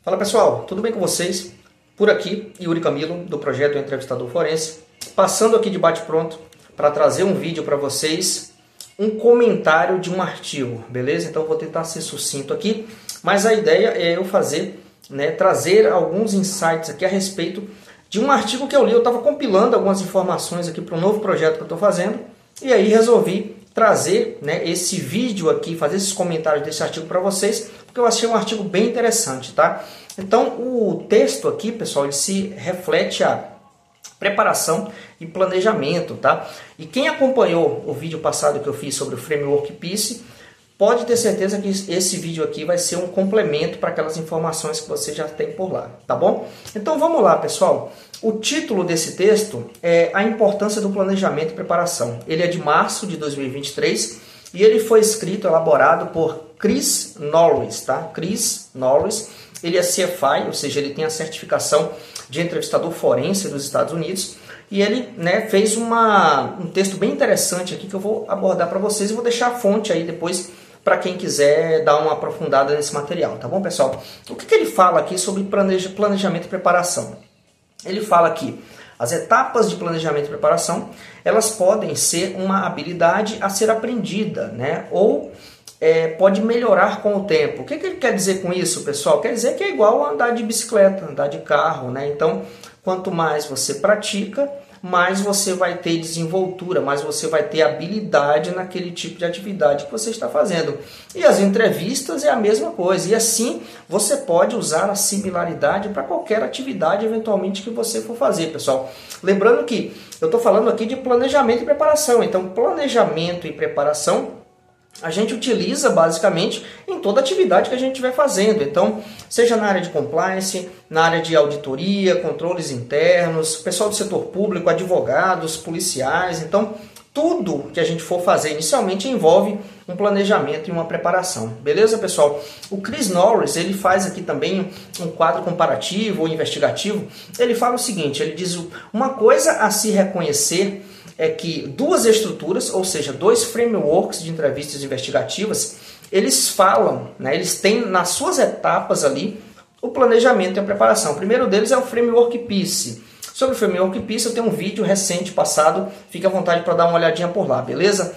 Fala pessoal, tudo bem com vocês? Por aqui, Yuri Camilo, do projeto Entrevistador Forense, passando aqui de bate-pronto para trazer um vídeo para vocês, um comentário de um artigo, beleza? Então vou tentar ser sucinto aqui, mas a ideia é eu fazer, trazer alguns insights aqui a respeito de um artigo que eu li. Eu estava compilando algumas informações aqui para um novo projeto que eu estou fazendo, e aí resolvi trazer esse vídeo aqui, fazer esses comentários desse artigo para vocês, porque eu achei um artigo bem interessante, tá? Então, o texto aqui, pessoal, ele se reflete a preparação e planejamento, tá? E quem acompanhou o vídeo passado que eu fiz sobre o Framework PICE, pode ter certeza que esse vídeo aqui vai ser um complemento para aquelas informações que você já tem por lá, tá bom? Então vamos lá, pessoal. O título desse texto é A Importância do Planejamento e Preparação. Ele é de março de 2023 e ele foi escrito, elaborado por Chris Norris, tá? Chris Norris, ele é CFI, ou seja, ele tem a certificação de entrevistador forense dos Estados Unidos, e ele fez um texto bem interessante aqui que eu vou abordar para vocês e vou deixar a fonte aí depois para quem quiser dar uma aprofundada nesse material, tá bom, pessoal? O que ele fala aqui sobre planejamento e preparação? Ele fala que as etapas de planejamento e preparação, elas podem ser uma habilidade a ser aprendida, ou pode melhorar com o tempo. O que ele quer dizer com isso, pessoal? Quer dizer que é igual a andar de bicicleta, andar de carro, Então, quanto mais você pratica, mais você vai ter desenvoltura, mais você vai ter habilidade naquele tipo de atividade que você está fazendo. E as entrevistas é a mesma coisa. E assim, você pode usar a similaridade para qualquer atividade, eventualmente, que você for fazer, pessoal. Lembrando que eu estou falando aqui de planejamento e preparação. Então, planejamento e preparação a gente utiliza basicamente em toda atividade que a gente estiver fazendo. Então, seja na área de compliance, na área de auditoria, controles internos, pessoal do setor público, advogados, policiais. Então, tudo que a gente for fazer inicialmente envolve um planejamento e uma preparação. Beleza, pessoal? O Chris Norris, ele faz aqui também um quadro comparativo ou investigativo. Ele fala o seguinte, ele diz: uma coisa a se reconhecer é que duas estruturas, ou seja, dois frameworks de entrevistas investigativas, eles falam, eles têm nas suas etapas ali o planejamento e a preparação. O primeiro deles é o Framework PICE. Sobre o Framework PICE eu tenho um vídeo recente passado, fique à vontade para dar uma olhadinha por lá, beleza?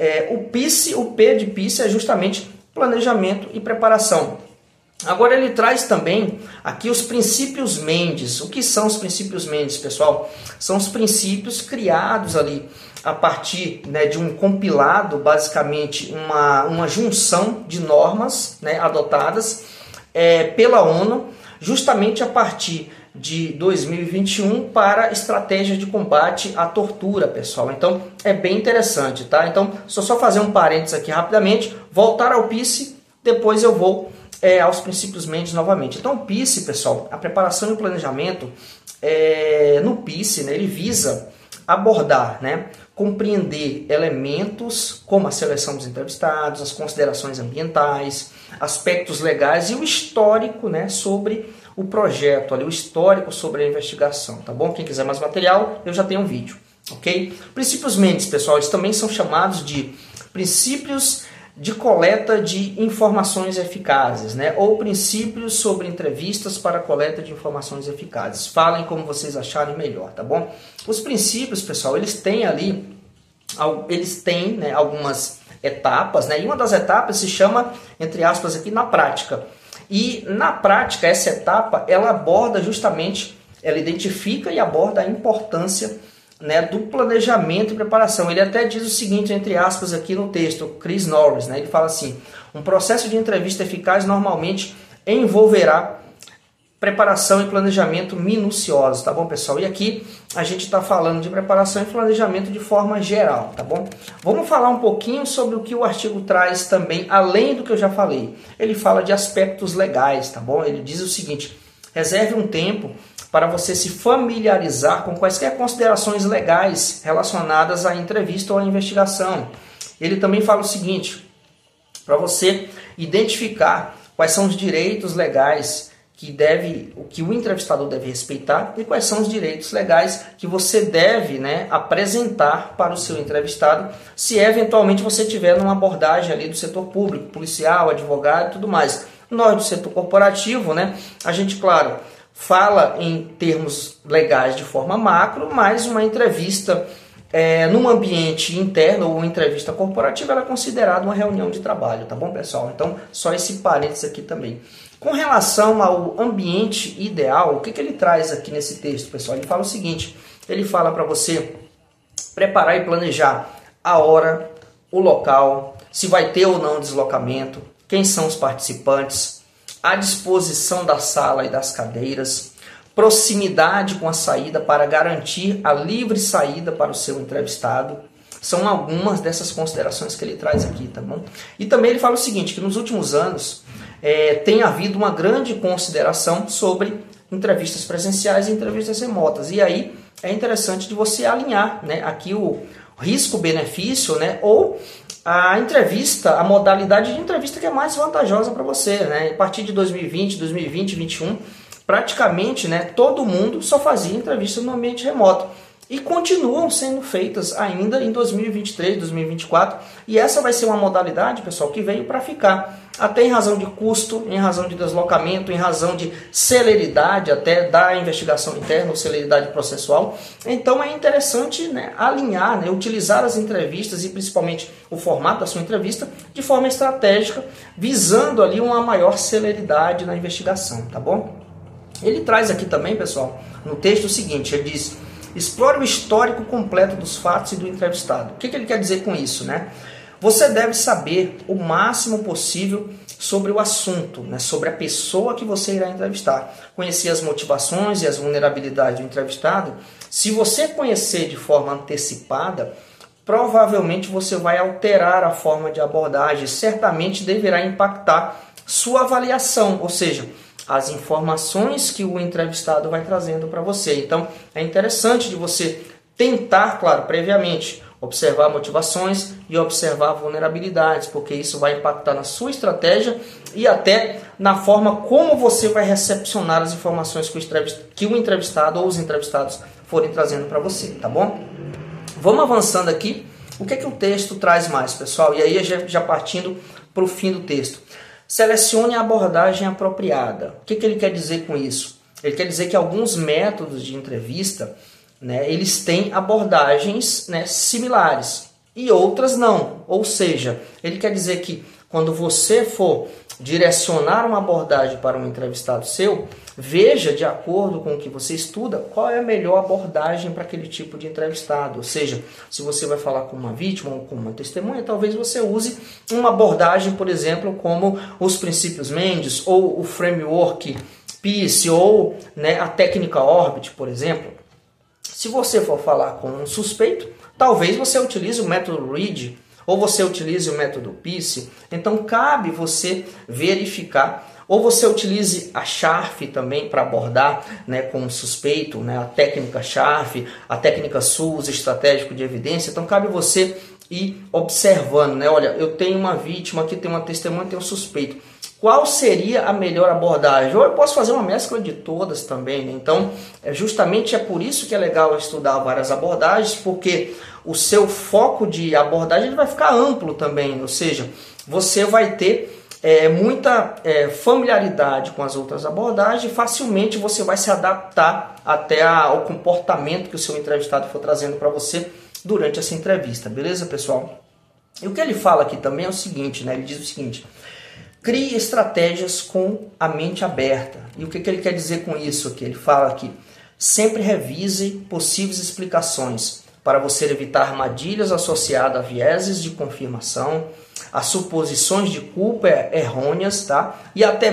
O PICE, o P de PICE é justamente planejamento e preparação. Agora ele traz também aqui os princípios Mendes. O que são os princípios Mendes, pessoal? São os princípios criados ali a partir de um compilado, basicamente uma junção de normas adotadas pela ONU, justamente a partir de 2021 para estratégias de combate à tortura, pessoal. Então é bem interessante, tá? Então, só fazer um parênteses aqui rapidamente, voltar ao PICE, depois eu vou aos princípios Mendes novamente. Então, o PICE, pessoal, a preparação e o planejamento, no PICE, ele visa abordar, compreender elementos como a seleção dos entrevistados, as considerações ambientais, aspectos legais e o histórico, sobre o projeto, ali, o histórico sobre a investigação, tá bom? Quem quiser mais material, eu já tenho um vídeo, ok? Princípios Mendes, pessoal, eles também são chamados de princípios de coleta de informações eficazes, ou princípios sobre entrevistas para coleta de informações eficazes. Falem como vocês acharem melhor, tá bom? Os princípios, pessoal, eles têm ali, algumas etapas, e uma das etapas se chama, entre aspas aqui, na prática. E na prática, essa etapa, ela aborda justamente, ela identifica e aborda a importância do planejamento e preparação. Ele até diz o seguinte, entre aspas, aqui no texto, Chris Norris, ele fala assim: um processo de entrevista eficaz normalmente envolverá preparação e planejamento minuciosos, tá bom, pessoal? E aqui a gente está falando de preparação e planejamento de forma geral, tá bom? Vamos falar um pouquinho sobre o que o artigo traz também, além do que eu já falei. Ele fala de aspectos legais, tá bom? Ele diz o seguinte: reserve um tempo para você se familiarizar com quaisquer considerações legais relacionadas à entrevista ou à investigação. Ele também fala o seguinte, para você identificar quais são os direitos legais que o entrevistador deve respeitar e quais são os direitos legais que você deve apresentar para o seu entrevistado, se eventualmente você tiver numa abordagem ali do setor público, policial, advogado e tudo mais. Nós do setor corporativo, né, a gente, claro, fala em termos legais de forma macro, mas uma entrevista num ambiente interno ou entrevista corporativa, ela é considerada uma reunião de trabalho, tá bom, pessoal? Então, só esse parênteses aqui também. Com relação ao ambiente ideal, o que ele traz aqui nesse texto, pessoal? Ele fala o seguinte, ele fala para você preparar e planejar a hora, o local, se vai ter ou não deslocamento, quem são os participantes, a disposição da sala e das cadeiras, proximidade com a saída para garantir a livre saída para o seu entrevistado. São algumas dessas considerações que ele traz aqui, tá bom? E também ele fala o seguinte, que nos últimos anos tem havido uma grande consideração sobre entrevistas presenciais e entrevistas remotas. E aí é interessante de você alinhar, né, aqui o risco-benefício, né, ou a entrevista, a modalidade de entrevista que é mais vantajosa para você, né? A partir de 2020, 2021, praticamente, né, todo mundo só fazia entrevista no ambiente remoto. E continuam sendo feitas ainda em 2023, 2024. E essa vai ser uma modalidade, pessoal, que veio para ficar. Até em razão de custo, em razão de deslocamento, em razão de celeridade até da investigação interna, ou celeridade processual. Então é interessante, né, alinhar, né, utilizar as entrevistas e principalmente o formato da sua entrevista de forma estratégica, visando ali uma maior celeridade na investigação, tá bom? Ele traz aqui também, pessoal, no texto o seguinte, ele diz: explore o histórico completo dos fatos e do entrevistado. O que ele quer dizer com isso, né? Você deve saber o máximo possível sobre o assunto, né? Sobre a pessoa que você irá entrevistar. Conhecer as motivações e as vulnerabilidades do entrevistado. Se você conhecer de forma antecipada, provavelmente você vai alterar a forma de abordagem. Certamente deverá impactar sua avaliação, ou seja, as informações que o entrevistado vai trazendo para você. Então, é interessante de você tentar, claro, previamente, observar motivações e observar vulnerabilidades, porque isso vai impactar na sua estratégia e até na forma como você vai recepcionar as informações que o entrevistado ou os entrevistados forem trazendo para você, tá bom? Vamos avançando aqui. O que o texto traz mais, pessoal? E aí, já partindo para o fim do texto. Selecione a abordagem apropriada. O que ele quer dizer com isso? Ele quer dizer que alguns métodos de entrevista, né, eles têm abordagens, né, similares e outras não. Ou seja, ele quer dizer que quando você for direcionar uma abordagem para um entrevistado seu, veja, de acordo com o que você estuda, qual é a melhor abordagem para aquele tipo de entrevistado. Ou seja, se você vai falar com uma vítima ou com uma testemunha, talvez você use uma abordagem, por exemplo, como os princípios Mendes ou o framework PICE ou, né, a técnica Orbit, por exemplo. Se você for falar com um suspeito, talvez você utilize o método READ ou você utilize o método PICE. Então cabe você verificar, ou você utilize a SHARF também para abordar, né, com o suspeito, né, a técnica SHARF, a técnica SUS, estratégico de evidência. Então cabe você ir observando, né? Olha, eu tenho uma vítima, aqui tem uma testemunha, tem um suspeito. Qual seria a melhor abordagem? Ou eu posso fazer uma mescla de todas também, né? Então, justamente é por isso que é legal estudar várias abordagens, porque o seu foco de abordagem ele vai ficar amplo também, ou seja, você vai ter muita familiaridade com as outras abordagens, facilmente você vai se adaptar até ao comportamento que o seu entrevistado for trazendo para você durante essa entrevista, beleza, pessoal? E o que ele fala aqui também é o seguinte, né? Ele diz o seguinte: crie estratégias com a mente aberta. E o que ele quer dizer com isso aqui? Ele fala aqui: sempre revise possíveis explicações para você evitar armadilhas associadas a vieses de confirmação, a suposições de culpa errôneas, tá? E até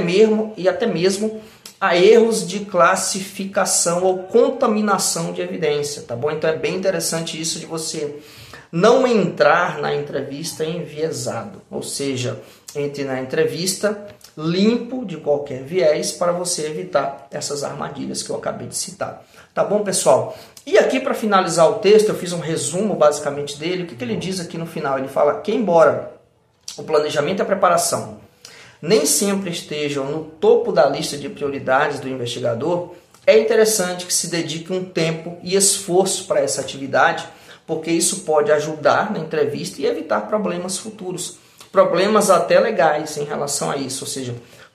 mesmo a erros de classificação ou contaminação de evidência, tá bom? Então é bem interessante isso de você não entrar na entrevista enviesado, ou seja, entre na entrevista limpo de qualquer viés para você evitar essas armadilhas que eu acabei de citar. Tá bom, pessoal? E aqui, para finalizar o texto, eu fiz um resumo basicamente dele. O que ele diz aqui no final? Ele fala que, embora o planejamento e a preparação nem sempre estejam no topo da lista de prioridades do investigador, é interessante que se dedique um tempo e esforço para essa atividade, porque isso pode ajudar na entrevista e evitar problemas futuros. Problemas até legais em relação a isso, ou seja,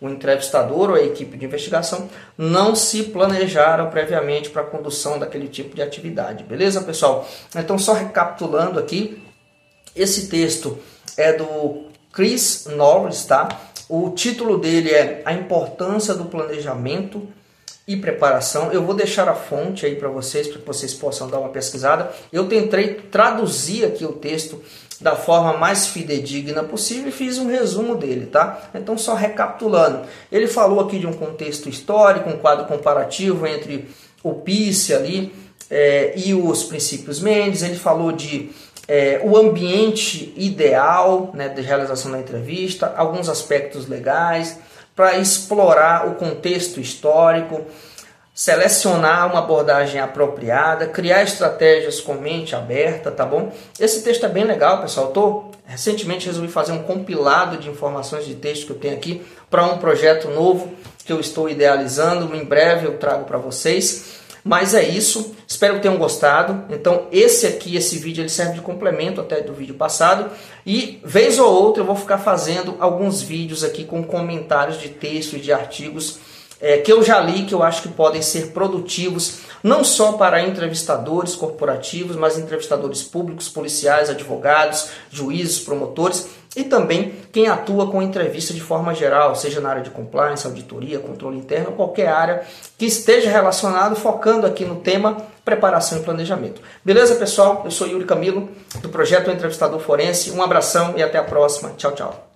o entrevistador ou a equipe de investigação não se planejaram previamente para a condução daquele tipo de atividade. Beleza, pessoal? Então, só recapitulando aqui, esse texto é do Chris Norris, tá? O título dele é A Importância do Planejamento e Preparação. Eu vou deixar a fonte aí para que vocês possam dar uma pesquisada. Eu tentei traduzir aqui o texto da forma mais fidedigna possível e fiz um resumo dele, tá? Então, só recapitulando, ele falou aqui de um contexto histórico, um quadro comparativo entre o PICE ali e os princípios Mendes. Ele falou de o ambiente ideal, né, de realização da entrevista, alguns aspectos legais, para explorar o contexto histórico, selecionar uma abordagem apropriada, criar estratégias com mente aberta, tá bom? Esse texto é bem legal, pessoal. Recentemente resolvi fazer um compilado de informações de texto que eu tenho aqui para um projeto novo que eu estou idealizando. Em breve eu trago para vocês. Mas é isso, espero que tenham gostado. Então esse vídeo ele serve de complemento até do vídeo passado. E vez ou outra eu vou ficar fazendo alguns vídeos aqui com comentários de texto e de artigos que eu já li, que eu acho que podem ser produtivos, não só para entrevistadores corporativos, mas entrevistadores públicos, policiais, advogados, juízes, promotores e também quem atua com entrevista de forma geral, seja na área de compliance, auditoria, controle interno, qualquer área que esteja relacionado, focando aqui no tema preparação e planejamento. Beleza, pessoal? Eu sou Yuri Camilo, do projeto Entrevistador Forense. Um abração e até a próxima. Tchau, tchau.